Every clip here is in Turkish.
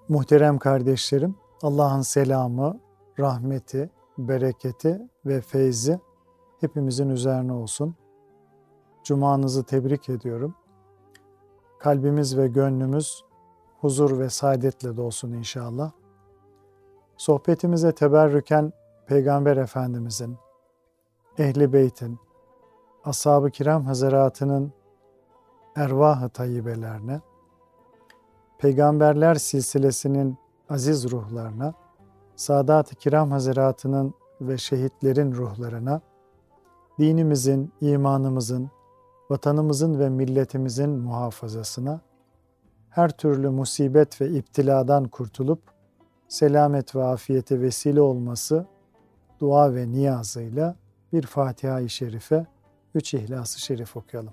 Muhterem kardeşlerim, Allah'ın selamı, rahmeti, bereketi ve feyzi hepimizin üzerine olsun. Cumanızı tebrik ediyorum. Kalbimiz ve gönlümüz huzur ve saadetle dolsun inşallah. Sohbetimize teberrüken Peygamber Efendimizin, Ehl-i Beyt'in, Ashab-ı Kiram Hazaratı'nın ervah-ı tayyibelerine, Peygamberler silsilesinin aziz ruhlarına, Sadat-ı Kiram Hazaratı'nın ve şehitlerin ruhlarına, dinimizin, imanımızın, vatanımızın ve milletimizin muhafazasına, her türlü musibet ve iptiladan kurtulup, selamet ve afiyete vesile olması dua ve niyazıyla bir Fatiha-i Şerife, 3 İhlas-ı Şerif okuyalım.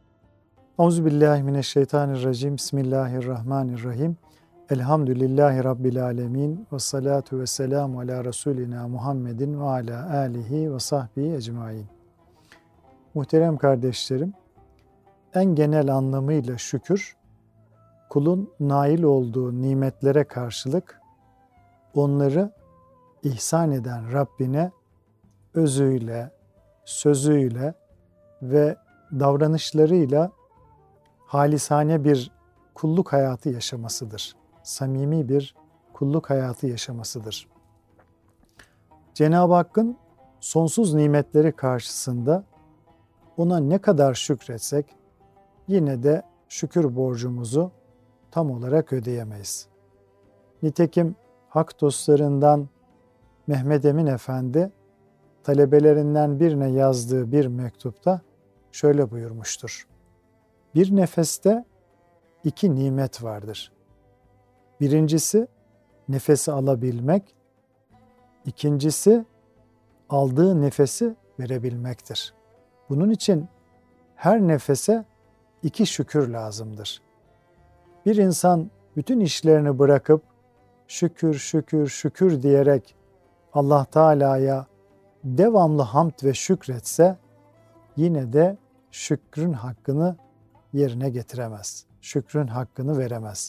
Euzubillahimineşşeytanirracim. Bismillahirrahmanirrahim. Elhamdülillahi Rabbil alemin. Ve salatu ve selamu ala Resulina Muhammedin ve ala alihi ve sahbihi ecmain. Muhterem kardeşlerim, en genel anlamıyla şükür, kulun nail olduğu nimetlere karşılık onları ihsan eden Rabbine özüyle, sözüyle ve davranışlarıyla halisane bir kulluk hayatı yaşamasıdır. Samimi bir kulluk hayatı yaşamasıdır. Cenab-ı Hakk'ın sonsuz nimetleri karşısında ona ne kadar şükretsek yine de şükür borcumuzu tam olarak ödeyemeyiz. Nitekim hak dostlarından Mehmed Emin Efendi talebelerinden birine yazdığı bir mektupta şöyle buyurmuştur. Bir nefeste 2 nimet vardır. Birincisi nefesi alabilmek, ikincisi aldığı nefesi verebilmektir. Bunun için her nefese 2 şükür lazımdır. Bir insan bütün işlerini bırakıp şükür, şükür, şükür diyerek Allah Teala'ya devamlı hamd ve şükretse yine de şükrün hakkını yerine getiremez. Şükrün hakkını veremez.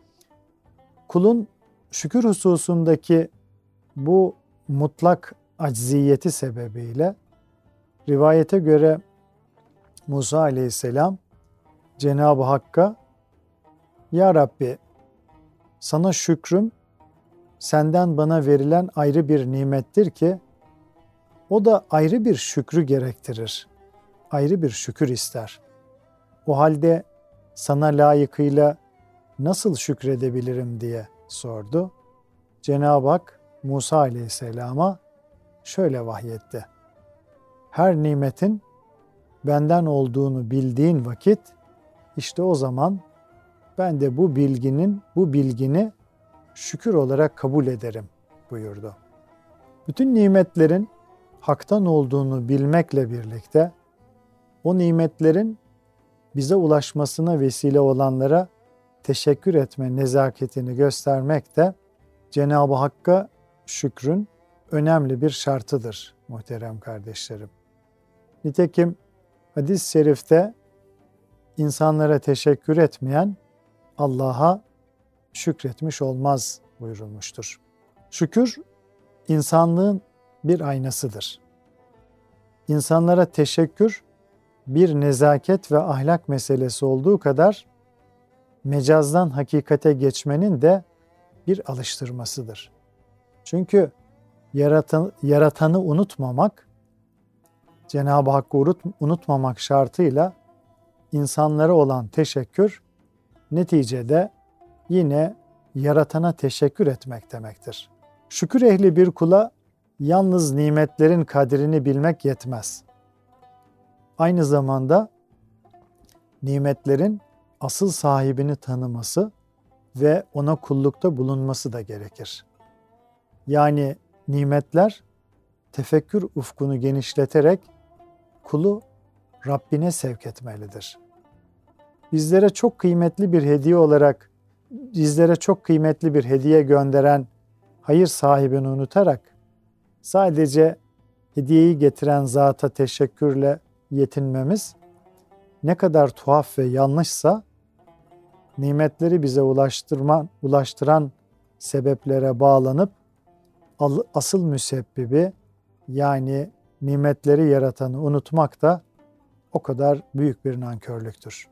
Kulun şükür hususundaki bu mutlak acziyeti sebebiyle rivayete göre Musa Aleyhisselam Cenab-ı Hakk'a "Ya Rabbi, sana şükrüm senden bana verilen ayrı bir nimettir ki o da ayrı bir şükrü gerektirir. Ayrı bir şükür ister. O halde sana layıkıyla nasıl şükredebilirim?" diye sordu. Cenab-ı Hak Musa Aleyhisselam'a şöyle vahyetti. Her nimetin benden olduğunu bildiğin vakit işte o zaman ben de bu bilgini şükür olarak kabul ederim buyurdu. Bütün nimetlerin haktan olduğunu bilmekle birlikte o nimetlerin bize ulaşmasına vesile olanlara teşekkür etme nezaketini göstermek de Cenab-ı Hakk'a şükrün önemli bir şartıdır muhterem kardeşlerim. Nitekim hadis-i şerifte insanlara teşekkür etmeyen Allah'a şükretmiş olmaz buyurulmuştur. Şükür insanlığın bir aynasıdır. İnsanlara teşekkür bir nezaket ve ahlak meselesi olduğu kadar mecazdan hakikate geçmenin de bir alıştırmasıdır. Çünkü yaratanı unutmamak, Cenab-ı Hakk'ı unutmamak şartıyla insanlara olan teşekkür neticede yine yaratana teşekkür etmek demektir. Şükür ehli bir kula yalnız nimetlerin kadrini bilmek yetmez. Aynı zamanda nimetlerin asıl sahibini tanıması ve ona kullukta bulunması da gerekir. Yani nimetler tefekkür ufkunu genişleterek kulu Rabbine sevk etmelidir. Bizlere çok kıymetli bir hediye gönderen hayır sahibini unutarak sadece hediyeyi getiren zata teşekkürle yetinmemiz ne kadar tuhaf ve yanlışsa nimetleri bize ulaştıran sebeplere bağlanıp asıl müsebbibi yani nimetleri yaratanı unutmak da o kadar büyük bir nankörlüktür.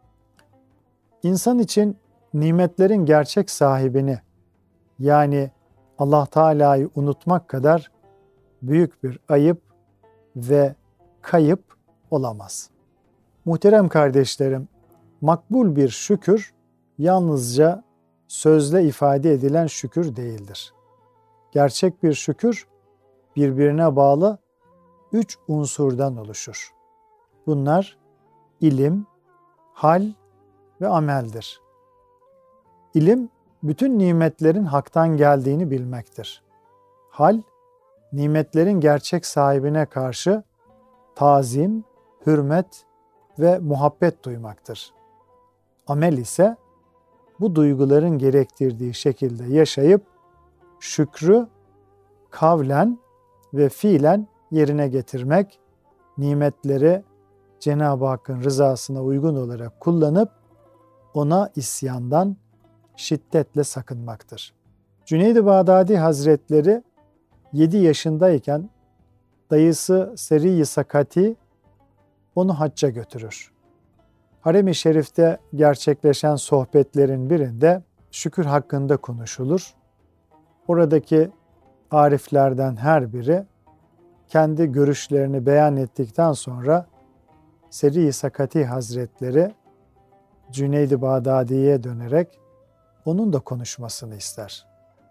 İnsan için nimetlerin gerçek sahibini yani Allah Teala'yı unutmak kadar büyük bir ayıp ve kayıp olamaz. Muhterem kardeşlerim, makbul bir şükür yalnızca sözle ifade edilen şükür değildir. Gerçek bir şükür birbirine bağlı 3 unsurdan oluşur. Bunlar ilim, hal ve ameldir. İlim, bütün nimetlerin haktan geldiğini bilmektir. Hal, nimetlerin gerçek sahibine karşı tazim, hürmet ve muhabbet duymaktır. Amel ise bu duyguların gerektirdiği şekilde yaşayıp şükrü kavlen ve fiilen yerine getirmek, nimetleri Cenab-ı Hakk'ın rızasına uygun olarak kullanıp ona isyandan şiddetle sakınmaktır. Cüneyd-i Bağdadi Hazretleri 7 yaşındayken dayısı Seri-i Sakati onu hacca götürür. Harem-i Şerif'te gerçekleşen sohbetlerin birinde şükür hakkında konuşulur. Oradaki ariflerden her biri kendi görüşlerini beyan ettikten sonra Seri-i Sakati Hazretleri Cüneyd-i Bağdadi'ye dönerek onun da konuşmasını ister.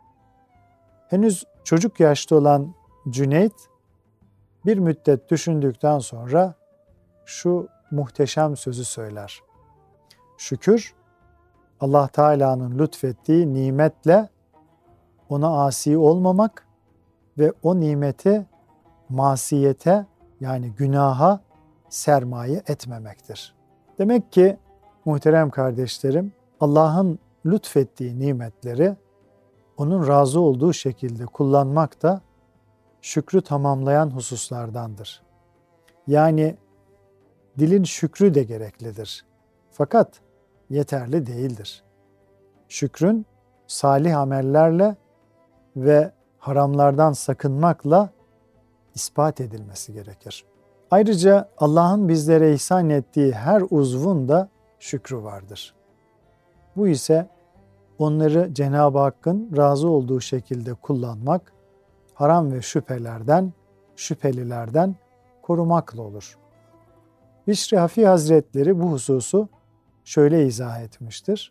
Henüz çocuk yaşta olan Cüneyd bir müddet düşündükten sonra şu muhteşem sözü söyler. Şükür, Allah Teala'nın lütfettiği nimetle ona asi olmamak ve o nimeti masiyete yani günaha sermaye etmemektir. Demek ki muhterem kardeşlerim, Allah'ın lütfettiği nimetleri onun razı olduğu şekilde kullanmak da şükrü tamamlayan hususlardandır. Yani dilin şükrü de gereklidir. Fakat yeterli değildir. Şükrün salih amellerle ve haramlardan sakınmakla ispat edilmesi gerekir. Ayrıca Allah'ın bizlere ihsan ettiği her uzvun da şükrü vardır. Bu ise onları Cenab-ı Hakk'ın razı olduğu şekilde kullanmak, haram ve şüphelilerden korumakla olur. Bişri Hafi Hazretleri bu hususu şöyle izah etmiştir.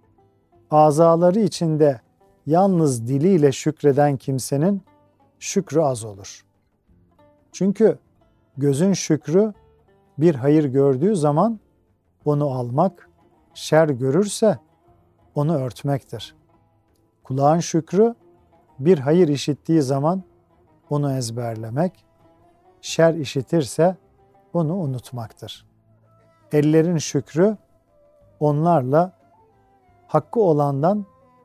Azaları içinde yalnız diliyle şükreden kimsenin şükrü az olur. Çünkü gözün şükrü bir hayır gördüğü zaman onu almak, şer görürse onu örtmektir. Kulağın şükrü bir hayır işittiği zaman onu ezberlemek, şer işitirse onu unutmaktır. Ellerin şükrü onlarla hakkı olandan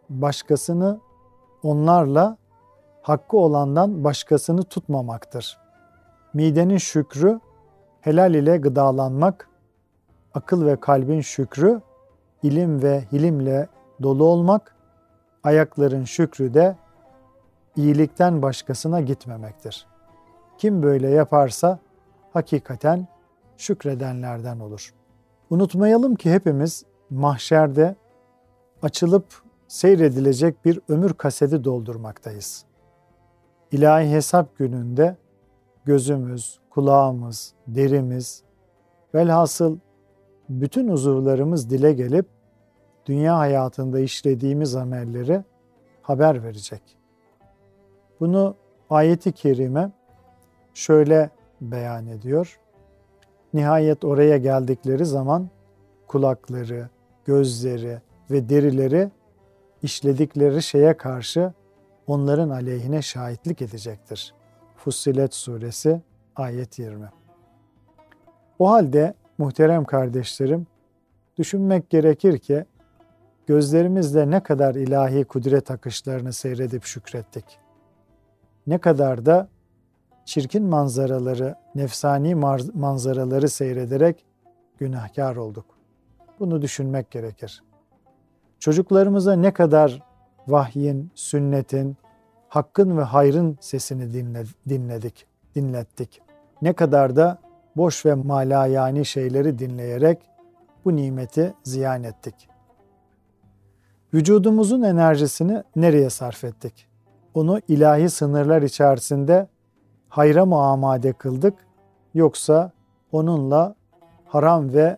başkasını tutmamaktır. Midenin şükrü helal ile gıdalanmak, akıl ve kalbin şükrü ilim ve hilimle dolu olmak, ayakların şükrü de iyilikten başkasına gitmemektir. Kim böyle yaparsa hakikaten şükredenlerden olur. Unutmayalım ki hepimiz mahşerde açılıp seyredilecek bir ömür kaseti doldurmaktayız. İlahi hesap gününde gözümüz, kulağımız, derimiz, velhasıl bütün uzuvlarımız dile gelip dünya hayatında işlediğimiz amelleri haber verecek. Bunu ayet-i kerime şöyle beyan ediyor. Nihayet oraya geldikleri zaman kulakları, gözleri ve derileri işledikleri şeye karşı onların aleyhine şahitlik edecektir. Fussilet Suresi ayet 20. O halde muhterem kardeşlerim, düşünmek gerekir ki gözlerimizle ne kadar ilahi kudret akışlarını seyredip şükrettik. Ne kadar da çirkin manzaraları, nefsani manzaraları seyrederek günahkar olduk. Bunu düşünmek gerekir. Çocuklarımıza ne kadar vahyin, sünnetin, hakkın ve hayrın sesini dinlettik. Ne kadar da boş ve malayani şeyleri dinleyerek bu nimeti ziyan ettik. Vücudumuzun enerjisini nereye sarf ettik? Onu ilahi sınırlar içerisinde hayra mı amade kıldık, yoksa onunla haram ve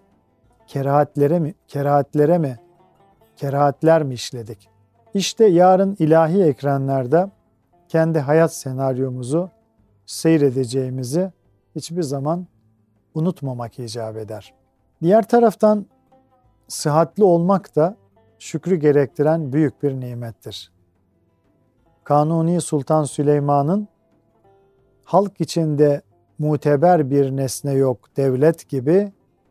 kerahatler mi işledik? İşte yarın ilahi ekranlarda kendi hayat senaryomuzu seyredeceğimizi hiçbir zaman unutmamak icap eder. Diğer taraftan sıhhatli olmak da şükrü gerektiren büyük bir nimettir. Kanuni Sultan Süleyman'ın halk içinde muteber bir nesne yok devlet gibi,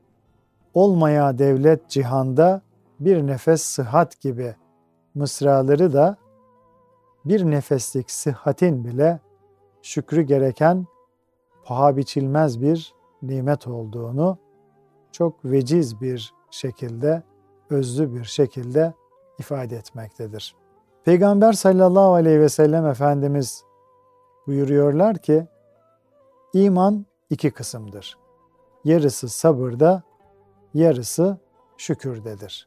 olmaya devlet cihanda bir nefes sıhhat gibi mısraları da bir nefeslik sıhhatin bile şükrü gereken paha biçilmez bir nimet olduğunu çok veciz bir şekilde, özlü bir şekilde ifade etmektedir. Peygamber sallallahu aleyhi ve sellem Efendimiz buyuruyorlar ki, iman iki kısımdır. Yarısı sabırda, yarısı şükürdedir.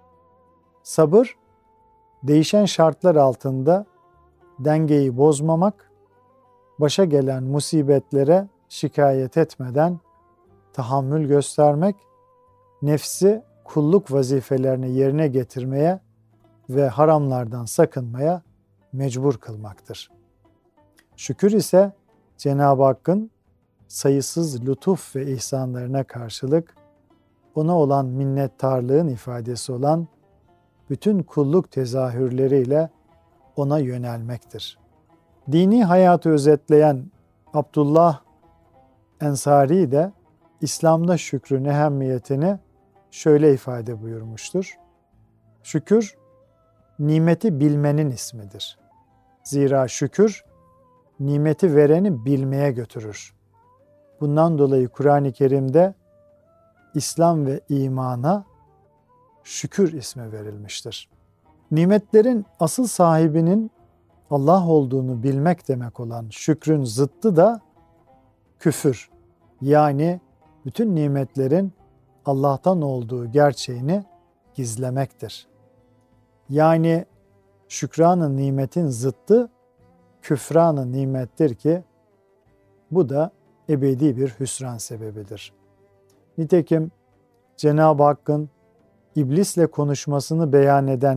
Sabır, değişen şartlar altında dengeyi bozmamak, başa gelen musibetlere şikayet etmeden tahammül göstermek, nefsi kulluk vazifelerini yerine getirmeye ve haramlardan sakınmaya mecbur kılmaktır. Şükür ise Cenab-ı Hakk'ın sayısız lütuf ve ihsanlarına karşılık ona olan minnettarlığın ifadesi olan bütün kulluk tezahürleriyle ona yönelmektir. Dini hayatı özetleyen Abdullah Ensari de İslam'da şükrün ehemmiyetini şöyle ifade buyurmuştur. Şükür, nimeti bilmenin ismidir. Zira şükür, nimeti vereni bilmeye götürür. Bundan dolayı Kur'an-ı Kerim'de İslam ve imana şükür ismi verilmiştir. Nimetlerin asıl sahibinin Allah olduğunu bilmek demek olan şükrün zıttı da küfür. Yani bütün nimetlerin Allah'tan olduğu gerçeğini gizlemektir. Yani şükran-ı nimetin zıttı küfran-ı nimettir ki bu da ebedi bir hüsran sebebidir. Nitekim Cenab-ı Hakk'ın iblisle konuşmasını beyan eden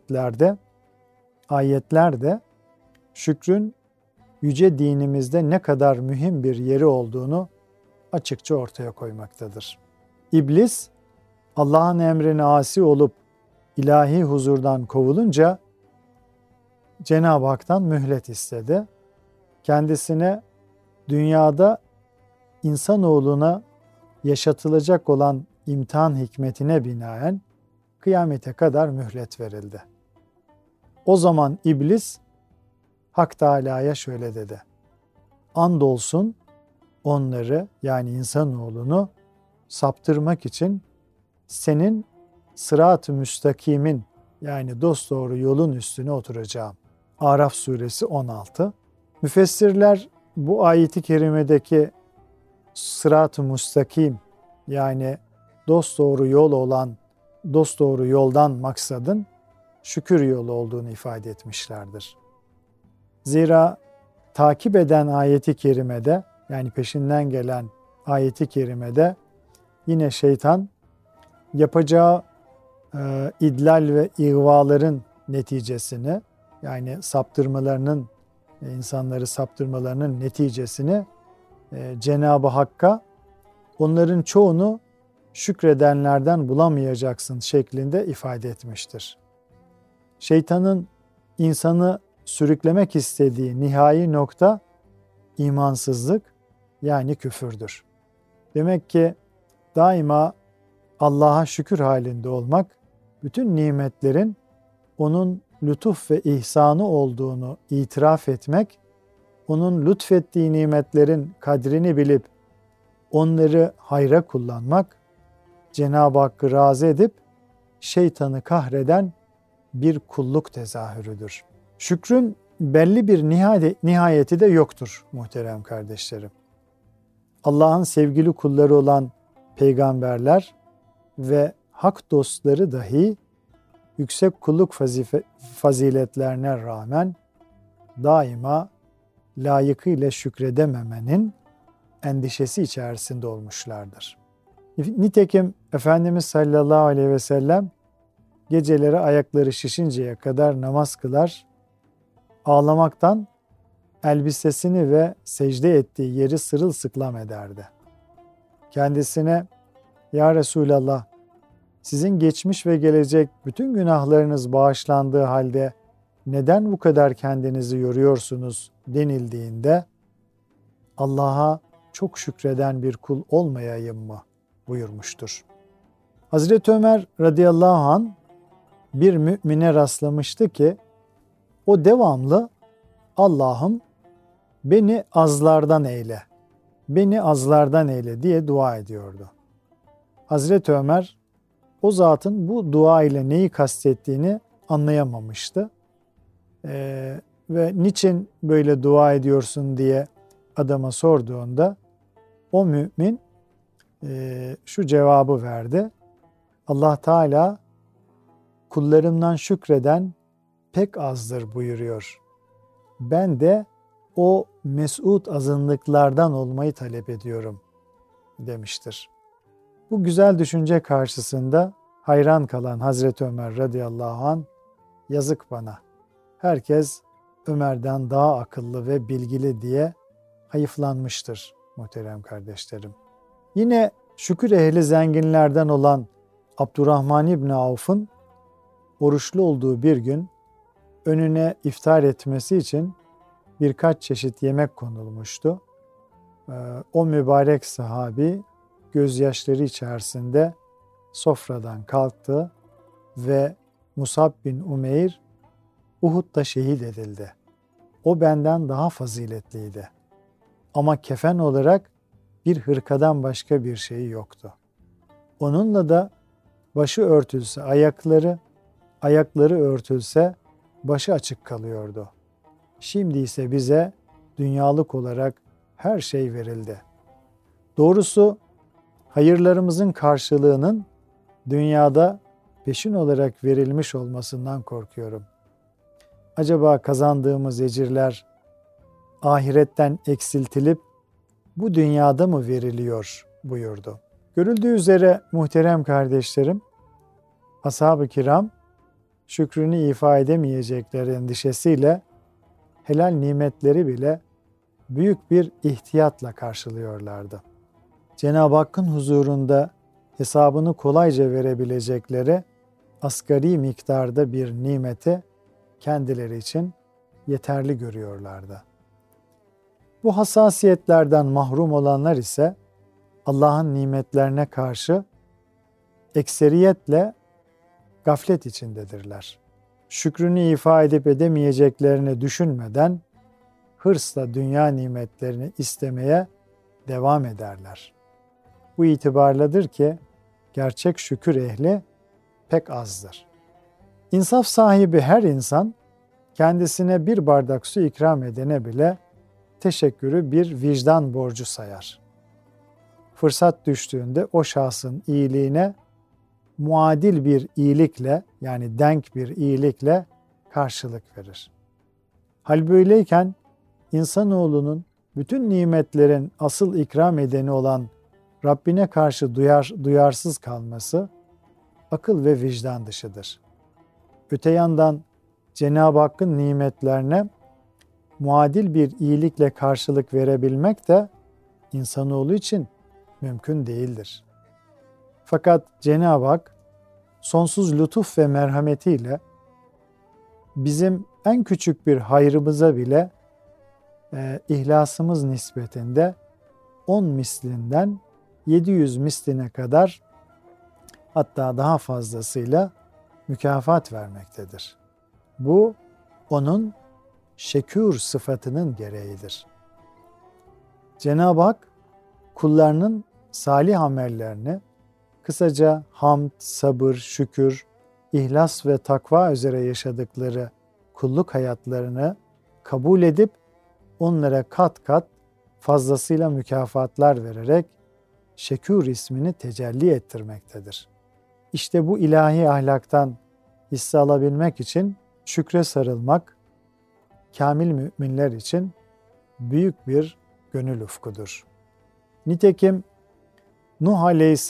ayetlerde şükrün yüce dinimizde ne kadar mühim bir yeri olduğunu açıkça ortaya koymaktadır. İblis, Allah'ın emrine asi olup ilahi huzurdan kovulunca Cenab-ı Hak'tan mühlet istedi. Kendisine dünyada insanoğluna yaşatılacak olan imtihan hikmetine binaen kıyamete kadar mühlet verildi. O zaman iblis Hak Teâlâ'ya şöyle dedi. Andolsun onları, yani insanoğlunu saptırmak için senin sırat-ı müstakimin, yani dosdoğru yolun üstüne oturacağım. Araf suresi 16. Müfessirler bu ayeti kerimedeki sırat-ı müstakim, yani dosdoğru yol olan, dosdoğru yoldan maksadın şükür yolu olduğunu ifade etmişlerdir. Zira takip eden ayeti kerimede, yani peşinden gelen ayeti kerimede yine şeytan yapacağı idlal ve ihvaların neticesini, yani saptırmalarının, insanları saptırmalarının neticesini Cenab-ı Hakk'a onların çoğunu şükredenlerden bulamayacaksın şeklinde ifade etmiştir. Şeytanın insanı sürüklemek istediği nihai nokta imansızlık, yani küfürdür. Demek ki daima Allah'a şükür halinde olmak, bütün nimetlerin onun lütuf ve ihsanı olduğunu itiraf etmek, onun lütfettiği nimetlerin kadrini bilip onları hayra kullanmak, Cenab-ı Hakk'ı razı edip şeytanı kahreden bir kulluk tezahürüdür. Şükrün belli bir nihayeti de yoktur muhterem kardeşlerim. Allah'ın sevgili kulları olan peygamberler ve hak dostları dahi yüksek kulluk faziletlerine rağmen daima layıkıyla şükredememenin endişesi içerisinde olmuşlardır. Nitekim Efendimiz sallallahu aleyhi ve sellem geceleri ayakları şişinceye kadar namaz kılar, ağlamaktan elbisesini ve secde ettiği yeri sırılsıklam ederdi. Kendisine, "Ya Resulallah, sizin geçmiş ve gelecek bütün günahlarınız bağışlandığı halde neden bu kadar kendinizi yoruyorsunuz?" denildiğinde, "Allah'a çok şükreden bir kul olmayayım mı?" buyurmuştur. Hazreti Ömer radıyallahu anh bir mümine rastlamıştı ki o devamlı "Allah'ım beni azlardan eyle, beni azlardan eyle" diye dua ediyordu. Hazreti Ömer o zatın bu dua ile neyi kastettiğini anlayamamıştı. Ve niçin böyle dua ediyorsun diye adama sorduğunda o mümin şu cevabı verdi: Allah Teala kullarımdan şükreden pek azdır buyuruyor. Ben de o mes'ud azınlıklardan olmayı talep ediyorum demiştir. Bu güzel düşünce karşısında hayran kalan Hazreti Ömer radıyallahu anh, "Yazık bana, herkes Ömer'den daha akıllı ve bilgili" diye hayıflanmıştır muhterem kardeşlerim. Yine şükür ehli zenginlerden olan Abdurrahman İbni Avf'ın oruçlu olduğu bir gün önüne iftar etmesi için birkaç çeşit yemek konulmuştu. O mübarek sahabi gözyaşları içerisinde sofradan kalktı ve Musab bin Umeyr Uhud'da şehit edildi. O benden daha faziletliydi. Ama kefen olarak bir hırkadan başka bir şeyi yoktu. Onunla da başı örtülse ayakları örtülse başı açık kalıyordu. Şimdi ise bize dünyalık olarak her şey verildi. Doğrusu hayırlarımızın karşılığının dünyada peşin olarak verilmiş olmasından korkuyorum. Acaba kazandığımız ecirler ahiretten eksiltilip bu dünyada mı veriliyor buyurdu. Görüldüğü üzere muhterem kardeşlerim, ashab-ı kiram şükrünü ifa edemeyecekleri endişesiyle helal nimetleri bile büyük bir ihtiyatla karşılıyorlardı. Cenab-ı Hakk'ın huzurunda hesabını kolayca verebilecekleri asgari miktarda bir nimeti kendileri için yeterli görüyorlardı. Bu hassasiyetlerden mahrum olanlar ise Allah'ın nimetlerine karşı ekseriyetle gaflet içindedirler. Şükrünü ifa edip edemeyeceklerini düşünmeden hırsla dünya nimetlerini istemeye devam ederler. Bu itibarladır ki gerçek şükür ehli pek azdır. İnsaf sahibi her insan kendisine bir bardak su ikram edene bile teşekkürü bir vicdan borcu sayar. Fırsat düştüğünde o şahsın iyiliğine muadil bir iyilikle, yani denk bir iyilikle karşılık verir. Hal böyleyken insanoğlunun bütün nimetlerin asıl ikram edeni olan Rabbine karşı duyarsız kalması akıl ve vicdan dışıdır. Öte yandan Cenab-ı Hakk'ın nimetlerine muadil bir iyilikle karşılık verebilmek de insanoğlu için mümkün değildir. Fakat Cenab-ı Hak sonsuz lütuf ve merhametiyle bizim en küçük bir hayrımıza bile ihlasımız nispetinde 10 mislinden 700 misline kadar, hatta daha fazlasıyla mükafat vermektedir. Bu onun şekûr sıfatının gereğidir. Cenab-ı Hak kullarının salih amellerini, kısaca hamd, sabır, şükür ihlas ve takva üzere yaşadıkları kulluk hayatlarını kabul edip onlara kat kat fazlasıyla mükafatlar vererek Şekûr ismini tecelli ettirmektedir. İşte bu ilahi ahlaktan hisse alabilmek için şükre sarılmak, kamil müminler için büyük bir gönül ufkudur. Nitekim Nuh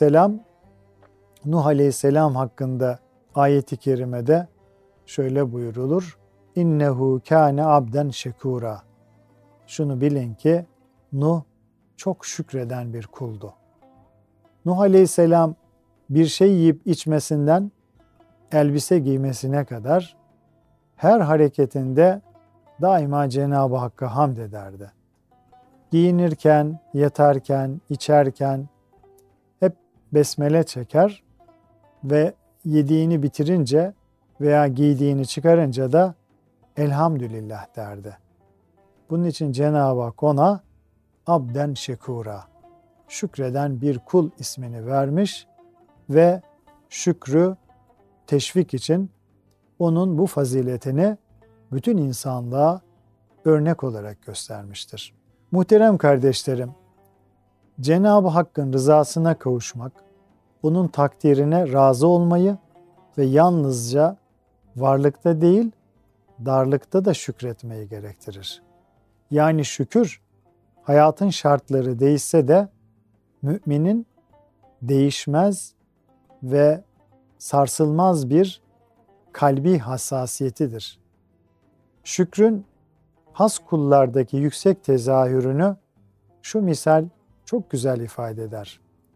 Aleyhisselam hakkında ayet-i kerimede şöyle buyurulur: İnnehu kâne abden şekûrâ. Şunu bilin ki Nuh çok şükreden bir kuldu. Nuh Aleyhisselam bir şey yiyip içmesinden elbise giymesine kadar her hareketinde daima Cenab-ı Hakk'a hamd ederdi. Giyinirken, yatarken, içerken hep besmele çeker ve yediğini bitirince veya giydiğini çıkarınca da elhamdülillah derdi. Bunun için Cenab-ı Hak ona abden şekûrâ, şükreden bir kul ismini vermiş ve şükrü teşvik için onun bu faziletini bütün insanlığa örnek olarak göstermiştir. Muhterem kardeşlerim, Cenab-ı Hakk'ın rızasına kavuşmak, onun takdirine razı olmayı ve yalnızca varlıkta değil, darlıkta da şükretmeyi gerektirir. Yani şükür, hayatın şartları değişse de müminin değişmez ve sarsılmaz bir kalbi hassasiyetidir. Şükrün has kullardaki yüksek tezahürünü şu misal çok güzel ifade eder.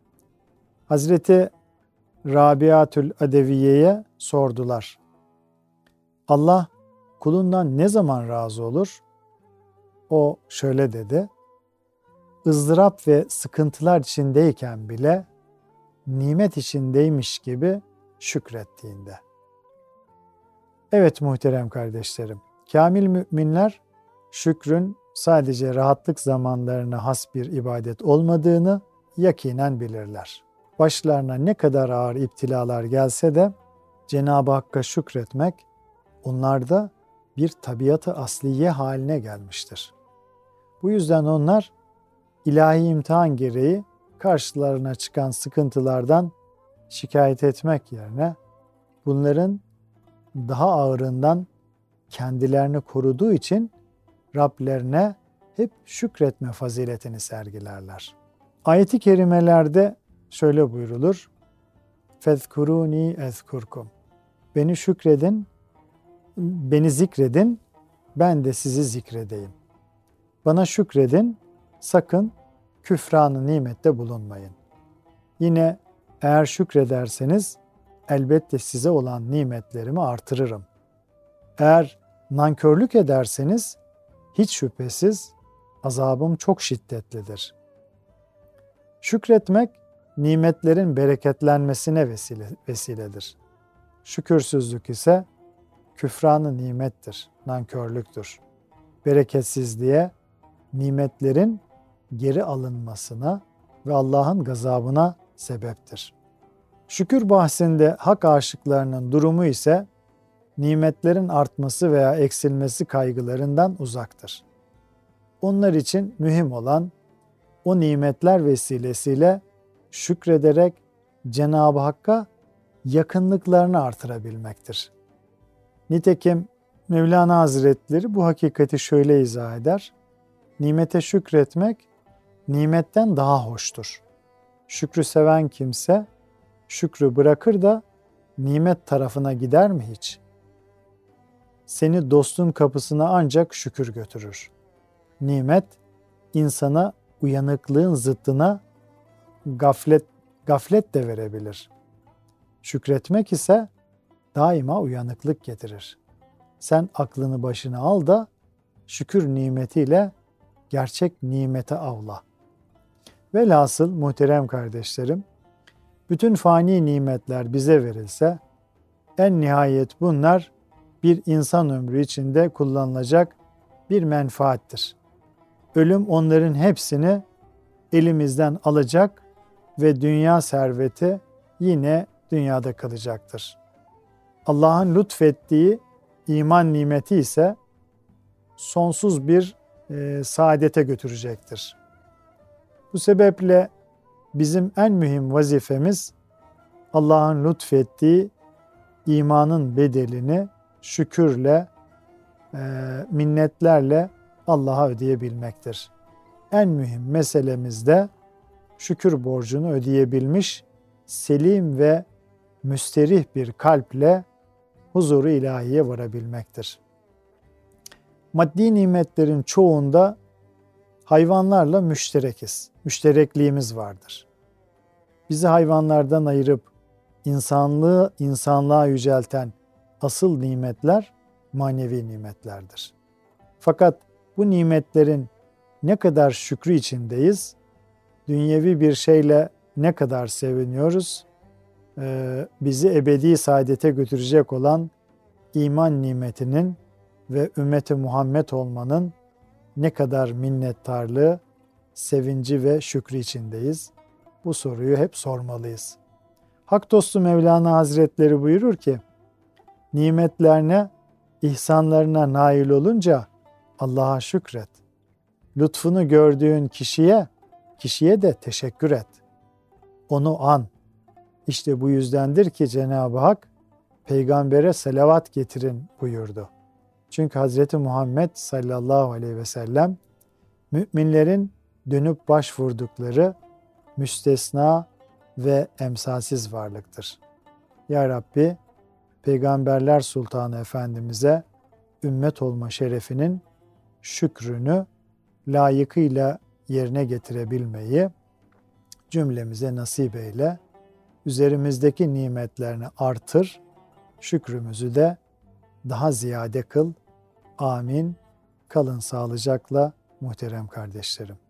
Hazreti Rabiatül Adeviye'ye sordular. Allah kulundan ne zaman razı olur? O şöyle dedi: ızdırap ve sıkıntılar içindeyken bile nimet içindeymiş gibi şükrettiğinde. Evet muhterem kardeşlerim, kamil müminler şükrün sadece rahatlık zamanlarına has bir ibadet olmadığını yakinen bilirler. Başlarına ne kadar ağır iptilalar gelse de Cenab-ı Hakk'a şükretmek onlarda bir tabiatı asliye haline gelmiştir. Bu yüzden onlar ilahi imtihan gereği karşılarına çıkan sıkıntılardan şikayet etmek yerine bunların daha ağırından kendilerini koruduğu için Rablerine hep şükretme faziletini sergilerler. Ayet-i kerimelerde şöyle buyrulur: "Fezkuruni ezkurkum." Beni şükredin, beni zikredin, ben de sizi zikredeyim. Bana şükredin, sakın küfranı nimette bulunmayın. Yine eğer şükrederseniz elbette size olan nimetlerimi artırırım. Eğer nankörlük ederseniz hiç şüphesiz azabım çok şiddetlidir. Şükretmek nimetlerin bereketlenmesine vesiledir. Şükürsüzlük ise küfranı nimettir, nankörlüktür. Bereketsizliğe, nimetlerin geri alınmasına ve Allah'ın gazabına sebeptir. Şükür bahsinde hak aşıklarının durumu ise nimetlerin artması veya eksilmesi kaygılarından uzaktır. Onlar için mühim olan o nimetler vesilesiyle şükrederek Cenab-ı Hakk'a yakınlıklarını artırabilmektir. Nitekim Mevlana Hazretleri bu hakikati şöyle izah eder: nimete şükretmek nimetten daha hoştur. Şükrü seven kimse şükrü bırakır da nimet tarafına gider mi hiç? Seni dostun kapısına ancak şükür götürür. Nimet insana uyanıklığın zıttına gaflet de verebilir. Şükretmek ise daima uyanıklık getirir. Sen aklını başına al da şükür nimetiyle gerçek nimete avla. Velhasıl muhterem kardeşlerim, bütün fani nimetler bize verilse, en nihayet bunlar bir insan ömrü içinde kullanılacak bir menfaattir. Ölüm onların hepsini elimizden alacak ve dünya serveti yine dünyada kalacaktır. Allah'ın lütfettiği iman nimeti ise sonsuz bir saadete götürecektir. Bu sebeple bizim en mühim vazifemiz Allah'ın lütfettiği imanın bedelini şükürle, minnetlerle Allah'a ödeyebilmektir. En mühim meselemiz de şükür borcunu ödeyebilmiş, selim ve müsterih bir kalple huzuru ilahiye varabilmektir. Maddi nimetlerin çoğunda hayvanlarla müşterekiz, müşterekliğimiz vardır. Bizi hayvanlardan ayırıp insanlığa yücelten asıl nimetler manevi nimetlerdir. Fakat bu nimetlerin ne kadar şükrü içindeyiz, dünyevi bir şeyle ne kadar seviniyoruz, bizi ebedi saadete götürecek olan iman nimetinin ve ümmeti Muhammed olmanın ne kadar minnettarlığı, sevinci ve şükrü içindeyiz. Bu soruyu hep sormalıyız. Hak dostu Mevlana Hazretleri buyurur ki, nimetlerine, ihsanlarına nail olunca Allah'a şükret. Lütfunu gördüğün kişiye de teşekkür et. Onu an. İşte bu yüzdendir ki Cenab-ı Hak peygambere selavat getirin buyurdu. Çünkü Hz. Muhammed sallallahu aleyhi ve sellem müminlerin dönüp başvurdukları müstesna ve emsalsiz varlıktır. Ya Rabbi, Peygamberler Sultanı Efendimiz'e ümmet olma şerefinin şükrünü layıkıyla yerine getirebilmeyi cümlemize nasip eyle. Üzerimizdeki nimetlerini artır, şükrümüzü de daha ziyade kıl. Amin. Kalın sağlıcakla muhterem kardeşlerim.